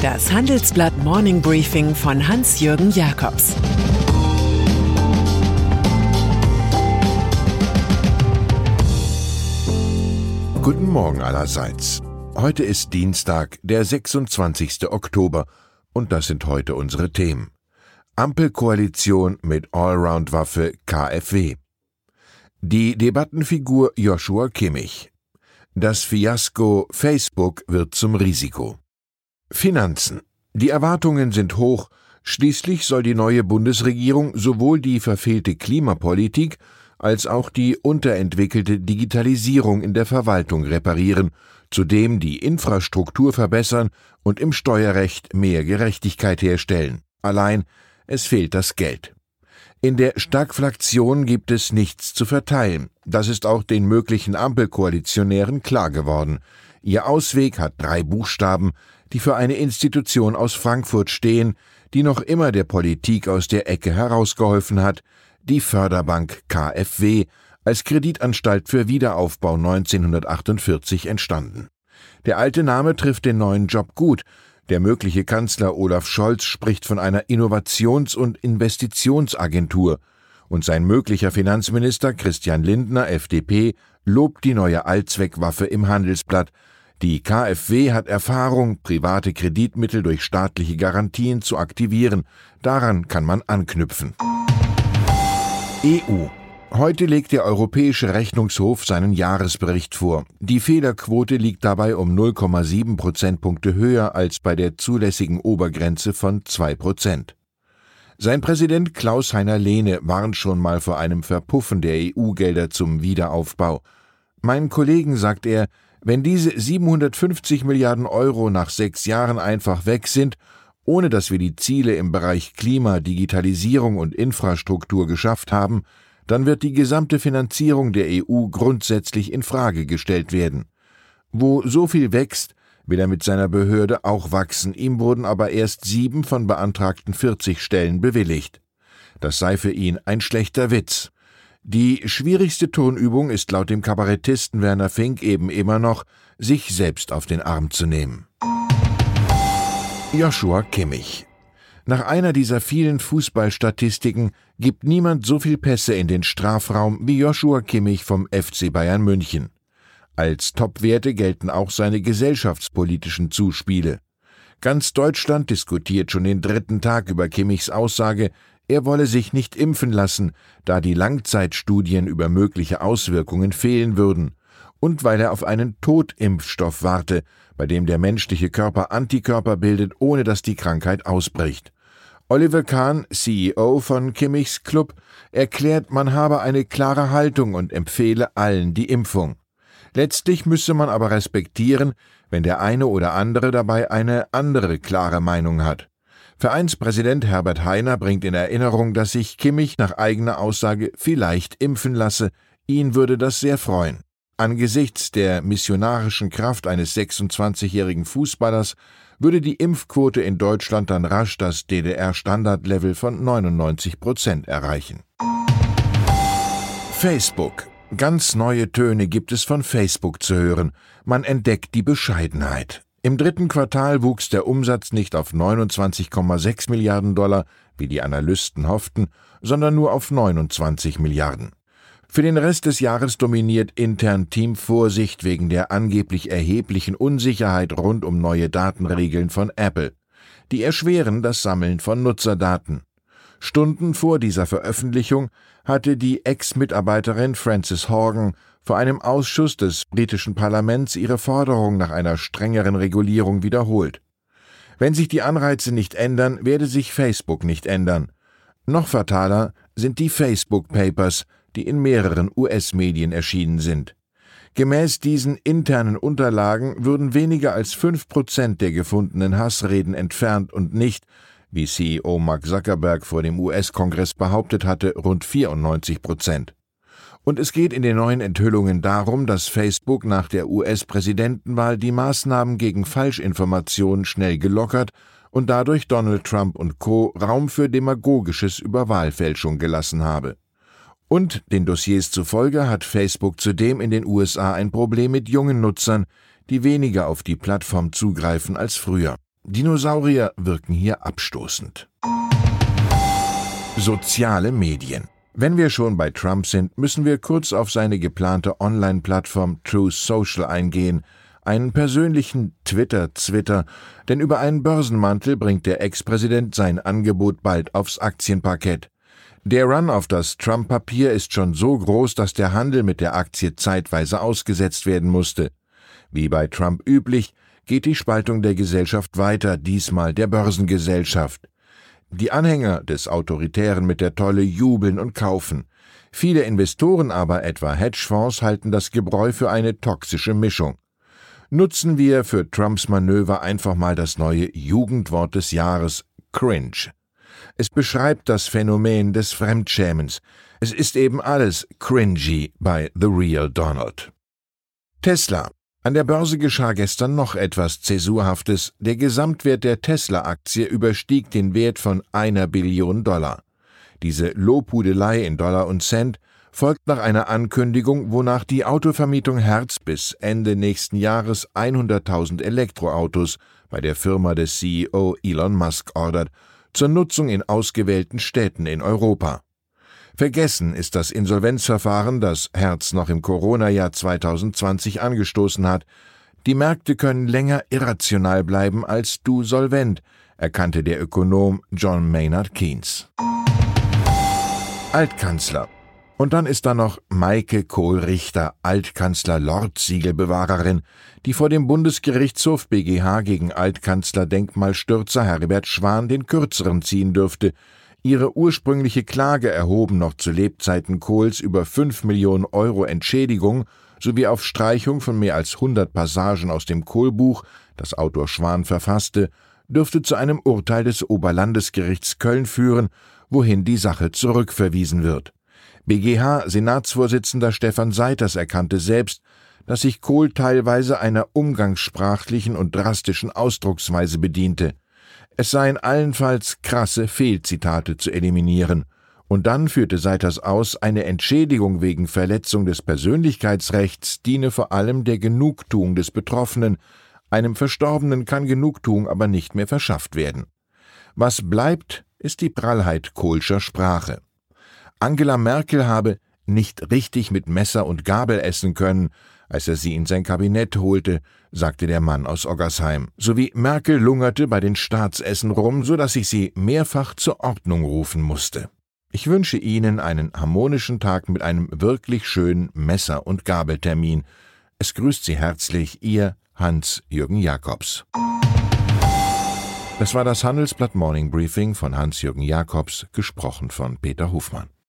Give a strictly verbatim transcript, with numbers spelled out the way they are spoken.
Das Handelsblatt Morning Briefing von Hans-Jürgen Jakobs. Guten Morgen allerseits. Heute ist Dienstag, der sechsundzwanzigster Oktober, und das sind heute unsere Themen. Ampelkoalition mit Allround-Waffe K f W. Die Debattenfigur Joshua Kimmich. Das Fiasko Facebook wird zum Risiko. Finanzen. Die Erwartungen sind hoch. Schließlich soll die neue Bundesregierung sowohl die verfehlte Klimapolitik als auch die unterentwickelte Digitalisierung in der Verwaltung reparieren, zudem die Infrastruktur verbessern und im Steuerrecht mehr Gerechtigkeit herstellen. Allein, es fehlt das Geld. In der Stagflation gibt es nichts zu verteilen. Das ist auch den möglichen Ampelkoalitionären klar geworden. Ihr Ausweg hat drei Buchstaben, die für eine Institution aus Frankfurt stehen, die noch immer der Politik aus der Ecke herausgeholfen hat, die Förderbank K f W, als Kreditanstalt für Wiederaufbau neunzehnhundertachtundvierzig entstanden. Der alte Name trifft den neuen Job gut. Der mögliche Kanzler Olaf Scholz spricht von einer Innovations- und Investitionsagentur und sein möglicher Finanzminister Christian Lindner, F D P, lobt die neue Allzweckwaffe im Handelsblatt. Die K f W hat Erfahrung, private Kreditmittel durch staatliche Garantien zu aktivieren. Daran kann man anknüpfen. E U. Heute legt der Europäische Rechnungshof seinen Jahresbericht vor. Die Fehlerquote liegt dabei um null Komma sieben Prozentpunkte höher als bei der zulässigen Obergrenze von zwei Prozent. Sein Präsident Klaus-Heiner Lehne warnt schon mal vor einem Verpuffen der E U-Gelder zum Wiederaufbau. Meinen Kollegen sagt er, wenn diese siebenhundertfünfzig Milliarden Euro nach sechs Jahren einfach weg sind, ohne dass wir die Ziele im Bereich Klima, Digitalisierung und Infrastruktur geschafft haben, dann wird die gesamte Finanzierung der E U grundsätzlich in Frage gestellt werden. Wo so viel wächst, will er mit seiner Behörde auch wachsen, ihm wurden aber erst sieben von beantragten vierzig Stellen bewilligt. Das sei für ihn ein schlechter Witz. Die schwierigste Turnübung ist laut dem Kabarettisten Werner Fink eben immer noch, sich selbst auf den Arm zu nehmen. Joshua Kimmich. Nach einer dieser vielen Fußballstatistiken gibt niemand so viel Pässe in den Strafraum wie Joshua Kimmich vom F C Bayern München. Als Topwerte gelten auch seine gesellschaftspolitischen Zuspiele. Ganz Deutschland diskutiert schon den dritten Tag über Kimmichs Aussage, er wolle sich nicht impfen lassen, da die Langzeitstudien über mögliche Auswirkungen fehlen würden, und weil er auf einen Totimpfstoff warte, bei dem der menschliche Körper Antikörper bildet, ohne dass die Krankheit ausbricht. Oliver Kahn, C E O von Kimmichs Club, erklärt, man habe eine klare Haltung und empfehle allen die Impfung. Letztlich müsse man aber respektieren, wenn der eine oder andere dabei eine andere klare Meinung hat. Vereinspräsident Herbert Hainer bringt in Erinnerung, dass sich Kimmich nach eigener Aussage vielleicht impfen lasse. Ihn würde das sehr freuen. Angesichts der missionarischen Kraft eines sechsundzwanzigjährigen Fußballers würde die Impfquote in Deutschland dann rasch das D D R-Standardlevel von neunundneunzig Prozent erreichen. Facebook. Ganz neue Töne gibt es von Facebook zu hören. Man entdeckt die Bescheidenheit. Im dritten Quartal wuchs der Umsatz nicht auf neunundzwanzig Komma sechs Milliarden Dollar, wie die Analysten hofften, sondern nur auf neunundzwanzig Milliarden. Für den Rest des Jahres dominiert intern Team Vorsicht wegen der angeblich erheblichen Unsicherheit rund um neue Datenregeln von Apple. Die erschweren das Sammeln von Nutzerdaten. Stunden vor dieser Veröffentlichung hatte die Ex-Mitarbeiterin Frances Horgan vor einem Ausschuss des britischen Parlaments ihre Forderung nach einer strengeren Regulierung wiederholt. Wenn sich die Anreize nicht ändern, werde sich Facebook nicht ändern. Noch fataler sind die Facebook Papers, die in mehreren U S-Medien erschienen sind. Gemäß diesen internen Unterlagen würden weniger als fünf Prozent der gefundenen Hassreden entfernt und nicht, wie C E O Mark Zuckerberg vor dem U S-Kongress behauptet hatte, rund vierundneunzig Prozent. Und es geht in den neuen Enthüllungen darum, dass Facebook nach der U S-Präsidentenwahl die Maßnahmen gegen Falschinformationen schnell gelockert und dadurch Donald Trump und Co. Raum für Demagogisches über Wahlfälschung gelassen habe. Und den Dossiers zufolge hat Facebook zudem in den U S A ein Problem mit jungen Nutzern, die weniger auf die Plattform zugreifen als früher. Dinosaurier wirken hier abstoßend. Soziale Medien. Wenn wir schon bei Trump sind, müssen wir kurz auf seine geplante Online-Plattform Truth Social eingehen, einen persönlichen Twitter-Zwitter, denn über einen Börsenmantel bringt der Ex-Präsident sein Angebot bald aufs Aktienparkett. Der Run auf das Trump-Papier ist schon so groß, dass der Handel mit der Aktie zeitweise ausgesetzt werden musste. Wie bei Trump üblich, geht die Spaltung der Gesellschaft weiter, diesmal der Börsengesellschaft. Die Anhänger des Autoritären mit der Tolle jubeln und kaufen. Viele Investoren aber, etwa Hedgefonds, halten das Gebräu für eine toxische Mischung. Nutzen wir für Trumps Manöver einfach mal das neue Jugendwort des Jahres, cringe. Es beschreibt das Phänomen des Fremdschämens. Es ist eben alles cringy bei The Real Donald. Tesla. An der Börse geschah gestern noch etwas Zäsurhaftes. Der Gesamtwert der Tesla-Aktie überstieg den Wert von einer Billion Dollar. Diese Lobhudelei in Dollar und Cent folgt nach einer Ankündigung, wonach die Autovermietung Hertz bis Ende nächsten Jahres hunderttausend Elektroautos bei der Firma des C E O Elon Musk ordert, zur Nutzung in ausgewählten Städten in Europa. Vergessen ist das Insolvenzverfahren, das Hertz noch im Corona-Jahr zwanzig zwanzig angestoßen hat. Die Märkte können länger irrational bleiben als du solvent, erkannte der Ökonom John Maynard Keynes. Altkanzler. Und dann ist da noch Maike Kohl-Richter, Altkanzler-Lordsiegelbewahrerin, die vor dem Bundesgerichtshof B G H gegen Altkanzler-Denkmalstürzer Herbert Schwan den Kürzeren ziehen dürfte. Ihre ursprüngliche Klage erhoben noch zu Lebzeiten Kohls über fünf Millionen Euro Entschädigung sowie auf Streichung von mehr als hundert Passagen aus dem Kohl-Buch, das Autor Schwan verfasste, dürfte zu einem Urteil des Oberlandesgerichts Köln führen, wohin die Sache zurückverwiesen wird. B G H-Senatsvorsitzender Stefan Seiters erkannte selbst, dass sich Kohl teilweise einer umgangssprachlichen und drastischen Ausdrucksweise bediente. Es seien allenfalls krasse Fehlzitate zu eliminieren. Und dann führte Seiters aus, eine Entschädigung wegen Verletzung des Persönlichkeitsrechts diene vor allem der Genugtuung des Betroffenen. Einem Verstorbenen kann Genugtuung aber nicht mehr verschafft werden. Was bleibt, ist die Prallheit Kohlscher Sprache. Angela Merkel habe nicht richtig mit Messer und Gabel essen können, als er sie in sein Kabinett holte, sagte der Mann aus Oggersheim, sowie Merkel lungerte bei den Staatsessen rum, so dass ich sie mehrfach zur Ordnung rufen musste. Ich wünsche Ihnen einen harmonischen Tag mit einem wirklich schönen Messer- und Gabeltermin. Es grüßt Sie herzlich, Ihr Hans-Jürgen Jakobs. Das war das Handelsblatt Morning Briefing von Hans-Jürgen Jakobs, gesprochen von Peter Hofmann.